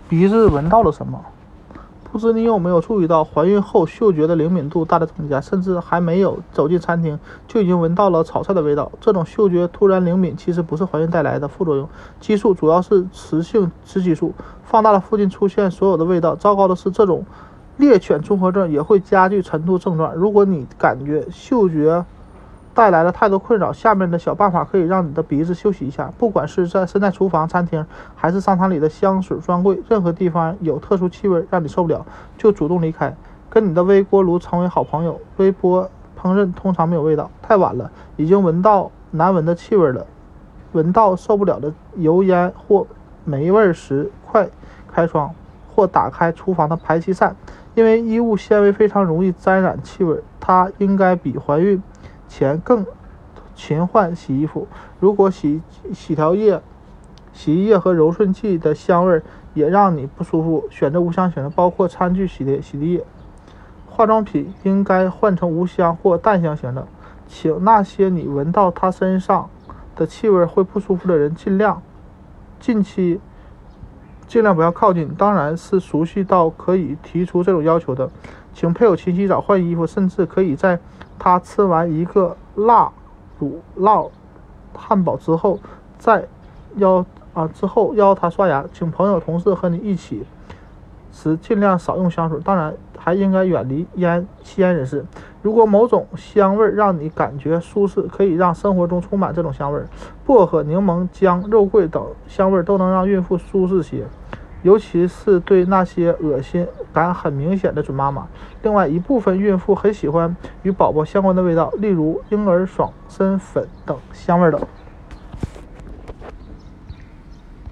鼻子闻到了什么？不知你有没有注意到，怀孕后嗅觉的灵敏度大大增加，甚至还没有走进餐厅，就已经闻到了炒菜的味道。这种嗅觉突然灵敏，其实不是怀孕带来的副作用，激素主要是雌性雌激素，放大了附近出现所有的味道。糟糕的是，这种猎犬综合症也会加剧晨吐症状。如果你感觉嗅觉带来了太多困扰，下面的小办法可以让你的鼻子休息一下。不管是身在厨房、餐厅，还是商场里的香水专柜，任何地方有特殊气味让你受不了，就主动离开。跟你的微波炉成为好朋友。微波烹饪通常没有味道，太晚了，已经闻到难闻的气味了。闻到受不了的油烟或霉味时，快开窗或打开厨房的排气扇，因为衣物纤维非常容易沾染气味。它应该比怀孕前更勤换洗衣服。如果洗衣液和柔顺剂的香味也让你不舒服，选择无香型的，包括餐具洗涤液。化妆品应该换成无香或淡香型的。请那些你闻到他身上的气味会不舒服的人尽量不要靠近，当然是熟悉到可以提出这种要求的。请配偶勤洗澡换衣服，甚至可以在他吃完一个辣乳酪汉堡之后邀他刷牙。请朋友同事和你一起时尽量少用香水，当然还应该远离吸烟人士。如果某种香味让你感觉舒适，可以让生活中充满这种香味。薄荷、柠檬、姜、肉桂等香味都能让孕妇舒适些，尤其是对那些恶心感很明显的准妈妈。另外，一部分孕妇很喜欢与宝宝相关的味道，例如婴儿爽身粉等香味等。